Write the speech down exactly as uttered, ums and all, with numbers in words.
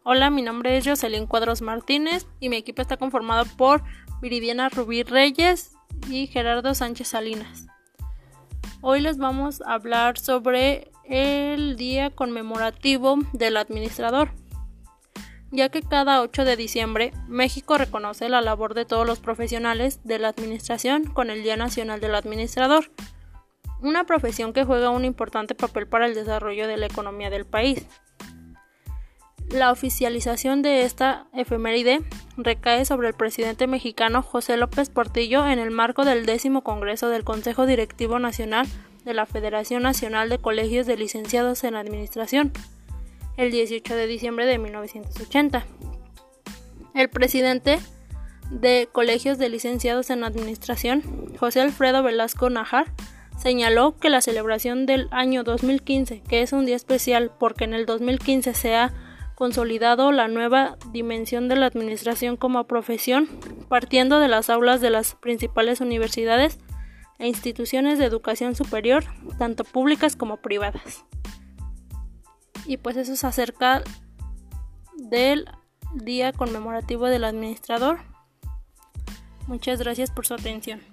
Hola, mi nombre es Jocelyn Cuadros Martínez y mi equipo está conformado por Viridiana Rubí Reyes y Gerardo Sánchez Salinas. Hoy les vamos a hablar sobre el día conmemorativo del administrador, ya que cada ocho de diciembre México reconoce la labor de todos los profesionales de la administración con el Día Nacional del Administrador, una profesión que juega un importante papel para el desarrollo de la economía del país. La oficialización de esta efeméride recae sobre el presidente mexicano José López Portillo en el marco del décimo Congreso del Consejo Directivo Nacional de la Federación Nacional de Colegios de Licenciados en Administración, el dieciocho de diciembre de mil novecientos ochenta. El presidente de Colegios de Licenciados en Administración, José Alfredo Velasco Nájar, señaló que la celebración del año dos mil quince, que es un día especial porque en el dos mil quince se ha consolidado la nueva dimensión de la administración como profesión, partiendo de las aulas de las principales universidades e instituciones de educación superior, tanto públicas como privadas. Y pues eso es acerca del Día Conmemorativo del Administrador. Muchas gracias por su atención.